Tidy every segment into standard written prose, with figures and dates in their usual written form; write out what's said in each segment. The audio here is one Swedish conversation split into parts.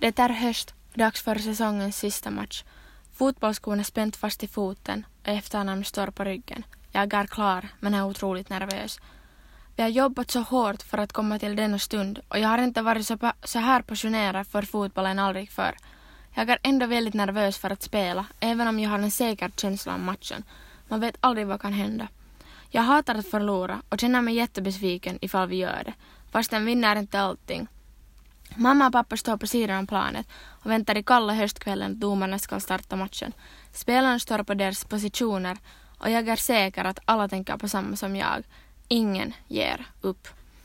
Det är höst, dags för säsongens sista match. Fotbollsskon är spänt fast i foten och efternamn står på ryggen. Jag är klar, men är otroligt nervös. Vi har jobbat så hårt för att komma till denna stund och jag har inte varit så här passionerad för fotbollen aldrig förr. Jag är ändå väldigt nervös för att spela, även om jag har en säker känsla om matchen. Man vet aldrig vad kan hända. Jag hatar att förlora och känner mig jättebesviken ifall vi gör det. Fast den vinner inte allting. Mamma och pappa står på sidan av planet och väntar i kalla höstkvällen att domarna ska starta matchen. Spelarna står på deras positioner och jag är säker att alla tänker på samma som jag. Ingen ger upp.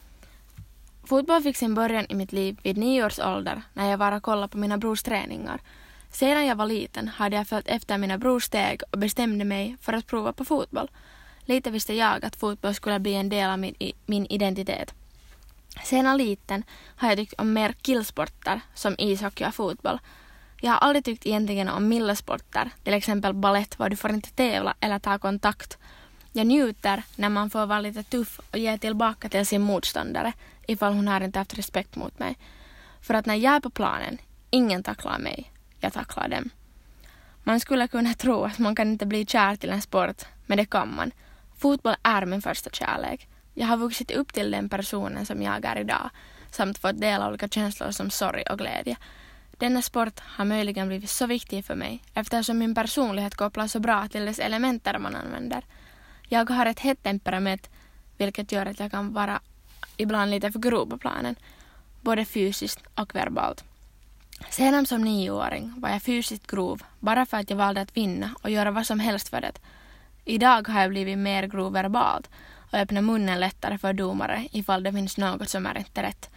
Fotboll fick sin början i mitt liv vid 9 års ålder när jag var och kollade på mina brors träningar. Sedan jag var liten hade jag följt efter mina brors steg och bestämde mig för att prova på fotboll. Lite visste jag att fotboll skulle bli en del av min identitet. Sedan liten har jag tyckt om mer killsporter som ishockey och fotboll. Jag har aldrig tyckt egentligen om milda sporter, till exempel ballett var du får inte tävla eller ta kontakt. Jag njuter när man får vara lite tuff och ge tillbaka till sin motståndare ifall hon har inte haft respekt mot mig. För att när jag är på planen, ingen tacklar mig, jag tacklar dem. Man skulle kunna tro att man kan inte bli kär till en sport, men det kan man. Fotboll är min första kärlek. Jag har vuxit upp till den personen som jag är idag, samt fått dela olika känslor som sorg och glädje. Denna sport har möjligen blivit så viktig för mig eftersom min personlighet kopplar så bra till dess elementer man använder. Jag har ett hett temperament, vilket gör att jag kan vara ibland lite för grov på planen, både fysiskt och verbalt. Sedan som 9-åring var jag fysiskt grov bara för att jag valde att vinna och göra vad som helst för det. Idag har jag blivit mer grov verbalt och öppnar munnen lättare för domare ifall det finns något som är inte rätt.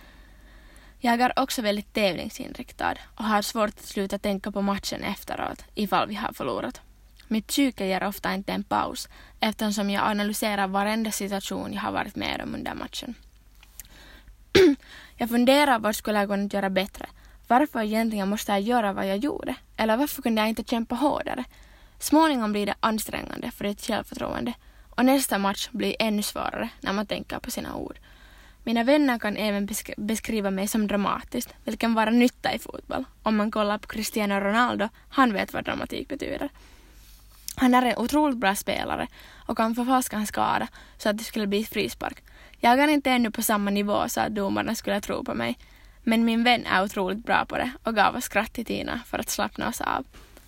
Jag är också väldigt tävlingsinriktad och har svårt att sluta tänka på matchen efteråt ifall vi har förlorat. Mitt psyke ger ofta inte en paus eftersom jag analyserar varenda situation jag har varit med om under matchen. Jag funderar vad skulle jag kunna göra bättre. Varför egentligen måste jag göra vad jag gjorde? Eller varför kunde jag inte kämpa hårdare? Småningom blir det ansträngande för ett självförtroende och nästa match blir ännu svårare när man tänker på sina ord. Mina vänner kan även beskriva mig som dramatisk, vilken vara nytta i fotboll. Om man kollar på Cristiano Ronaldo, han vet vad dramatik betyder. Han är en otroligt bra spelare och kan förfalska en skada så att det skulle bli frispark. Jag är inte ännu på samma nivå så att domarna skulle tro på mig. Men min vän är otroligt bra på det och gav oss skratt till Tina för att slappna oss av.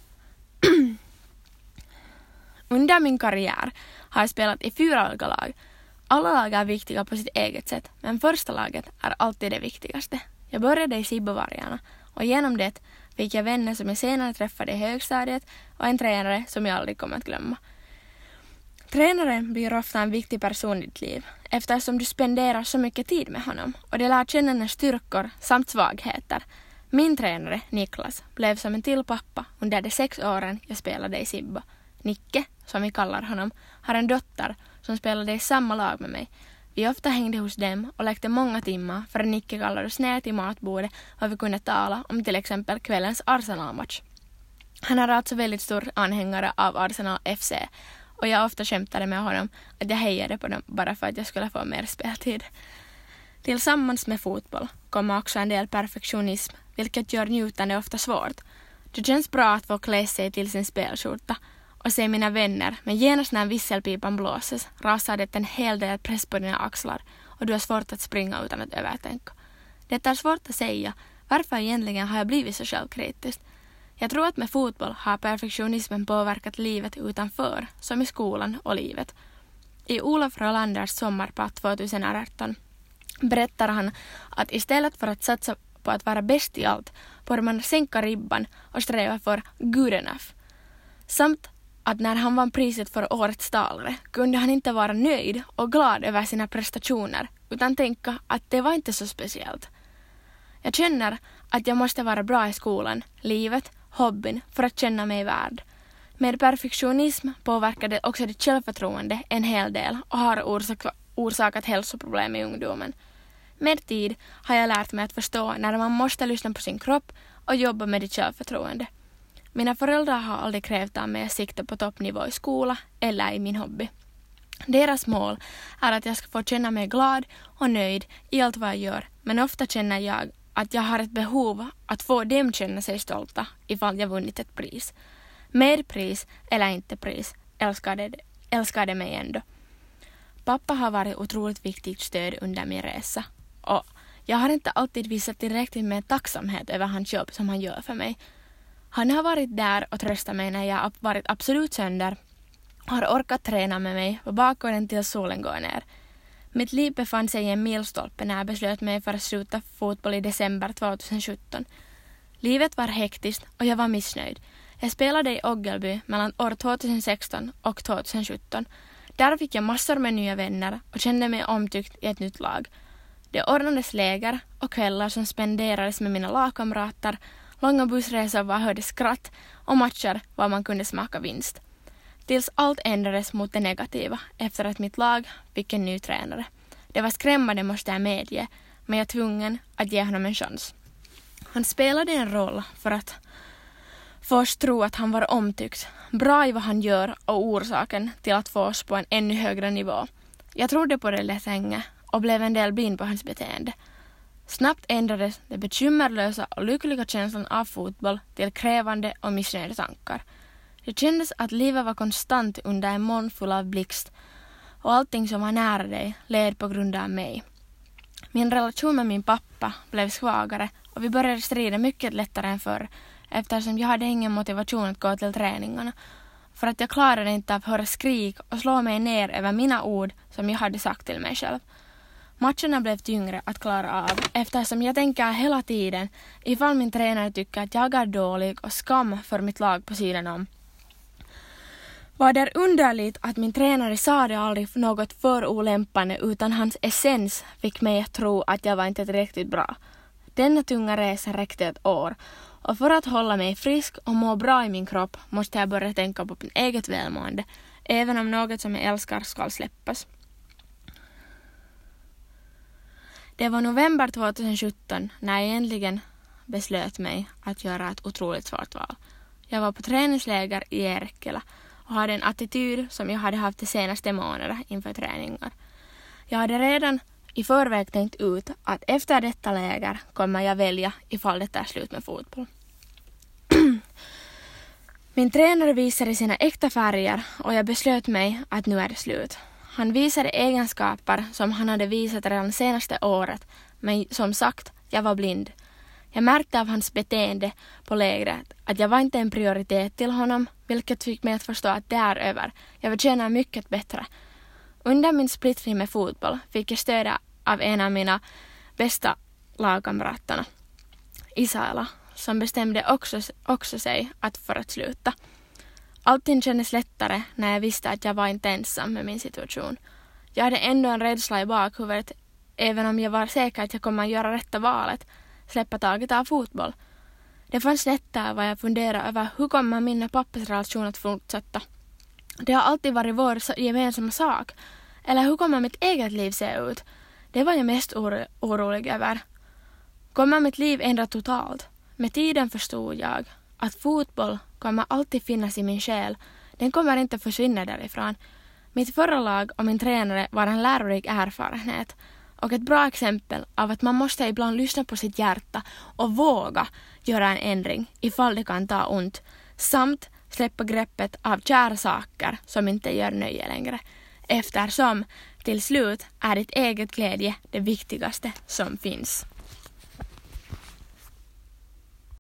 Under min karriär har jag spelat i 4 olika lag. Alla lag är viktiga på sitt eget sätt, men första laget är alltid det viktigaste. Jag började i Sibbovargarna och genom det fick jag vänner som jag senare träffade i högstadiet och en tränare som jag aldrig kommer att glömma. Tränaren blir ofta en viktig person i ditt liv eftersom du spenderar så mycket tid med honom och det lär känna dina styrkor samt svagheter. Min tränare, Niklas, blev som en till pappa under de 6 åren jag spelade i Sibbo. Nicke, som vi kallar honom, har en dotter som spelade i samma lag med mig. Vi ofta hängde hos dem och lekte många timmar för att Nicke kallade oss ner till matbordet och vi kunde tala om till exempel kvällens Arsenal-match. Han är alltså väldigt stor anhängare av Arsenal FC och jag ofta skämtade med honom att jag hejade på dem bara för att jag skulle få mer speltid. Tillsammans med fotboll kommer också en del perfektionism, vilket gör njutande ofta svårt. Det känns bra att få klä sig till sin spelskjorta och se mina vänner, men genast när visselpipan blåses rasar det en hel del press på dina axlar och du har svårt att springa utan att övertänka. Det är svårt att säga varför egentligen har jag blivit så självkritisk. Jag tror att med fotboll har perfektionismen påverkat livet utanför, som i skolan och livet. I Olof Rolanders sommarprat 2018 berättar han att istället för att satsa på att vara bäst i allt borde man sänka ribban och sträva för good enough. Samt att när han vann priset för årets talare kunde han inte vara nöjd och glad över sina prestationer utan tänka att det var inte så speciellt. Jag känner att jag måste vara bra i skolan, livet, hobbyn för att känna mig värd. Med perfektionism påverkade också ditt självförtroende en hel del och har orsakat hälsoproblem i ungdomen. Med tid har jag lärt mig att förstå när man måste lyssna på sin kropp och jobba med ditt självförtroende. Mina föräldrar har aldrig krävt av mig att sikta på toppnivå i skola eller i min hobby. Deras mål är att jag ska få känna mig glad och nöjd i allt vad jag gör, men ofta känner jag att jag har ett behov att få dem känna sig stolta ifall jag vunnit ett pris. Med pris eller inte pris älskade mig ändå. Pappa har varit otroligt viktigt stöd under min resa och jag har inte alltid visat tillräckligt med tacksamhet över hans jobb som han gör för mig. Han har varit där och tröstat mig när jag har varit absolut sönder och har orkat träna med mig på bakgården till solen går ner. Mitt liv befann sig i en milstolpe när jag beslöt mig för att sluta fotboll i december 2017. Livet var hektiskt och jag var missnöjd. Jag spelade i Oggelby mellan år 2016 och 2017. Där fick jag massor med nya vänner och kände mig omtyckt i ett nytt lag. Det ordnades läger och kvällar som spenderades med mina lagkamrater, långa bussresor var hörde skratt och matcher var man kunde smaka vinst. Tills allt ändrades mot det negativa efter att mitt lag fick en ny tränare. Det var skrämmande måste jag medge, men jag var tvungen att ge honom en chans. Han spelade en roll för att få oss tro att han var omtyckt, bra i vad han gör och orsaken till att få oss på en ännu högre nivå. Jag trodde på det länge och blev en del blind på hans beteende. Snabbt ändrades det bekymmerlösa och lyckliga känslan av fotboll till krävande och missnöjda tankar. Det kändes att livet var konstant under en moln full av blixt och allting som var nära dig led på grund av mig. Min relation med min pappa blev svagare och vi började strida mycket lättare än förr eftersom jag hade ingen motivation att gå till träningarna för att jag klarade inte av att höra skrik och slå mig ner över mina ord som jag hade sagt till mig själv. Matcherna blev tyngre att klara av eftersom jag tänker hela tiden ifall min tränare tycker att jag är dålig och skam för mitt lag på sidan om. Var det underligt att min tränare sa det aldrig något för olämpande utan hans essens fick mig att tro att jag var inte tillräckligt bra. Denna tunga resa räckte ett år och för att hålla mig frisk och må bra i min kropp måste jag börja tänka på mitt eget välmående även om något som jag älskar ska släppas. Det var november 2017 när jag äntligen beslöt mig att göra ett otroligt svårt val. Jag var på träningsläger i Erkkilä och hade en attityd som jag hade haft de senaste månaderna inför träningar. Jag hade redan i förväg tänkt ut att efter detta läger kommer jag välja ifall det är slut med fotboll. Min tränare visade sina äkta färger och jag beslöt mig att nu är det slut. Han visade egenskaper som han hade visat redan senaste året, men som sagt, jag var blind. Jag märkte av hans beteende på lägret att jag var inte en prioritet till honom, vilket fick mig att förstå att det är över. Jag förtjänar mycket bättre. Under min splittring med fotboll fick jag stöd av en av mina bästa lagkamraterna, Isaela, som bestämde också sig för att sluta. Allting kändes lättare när jag visste att jag var inte ensam med min situation. Jag hade ändå en rädsla i bakhuvudet, även om jag var säker att jag kommer att göra rätta valet, släppa taget av fotboll. Det fanns lättare vad jag funderade över hur kommer min och pappas relation att fortsätta. Det har alltid varit vår gemensamma sak. Eller hur kommer mitt eget liv se ut? Det var jag mest orolig över. Kommer mitt liv ändra totalt? Med tiden förstod jag att fotboll kommer alltid finnas i min själ. Den kommer inte försvinna därifrån. Mitt förra lag och min tränare var en lärorik erfarenhet och ett bra exempel av att man måste ibland lyssna på sitt hjärta och våga göra en ändring ifall det kan ta ont, samt släppa greppet av kära saker som inte gör nöje längre, eftersom till slut är ditt eget glädje det viktigaste som finns.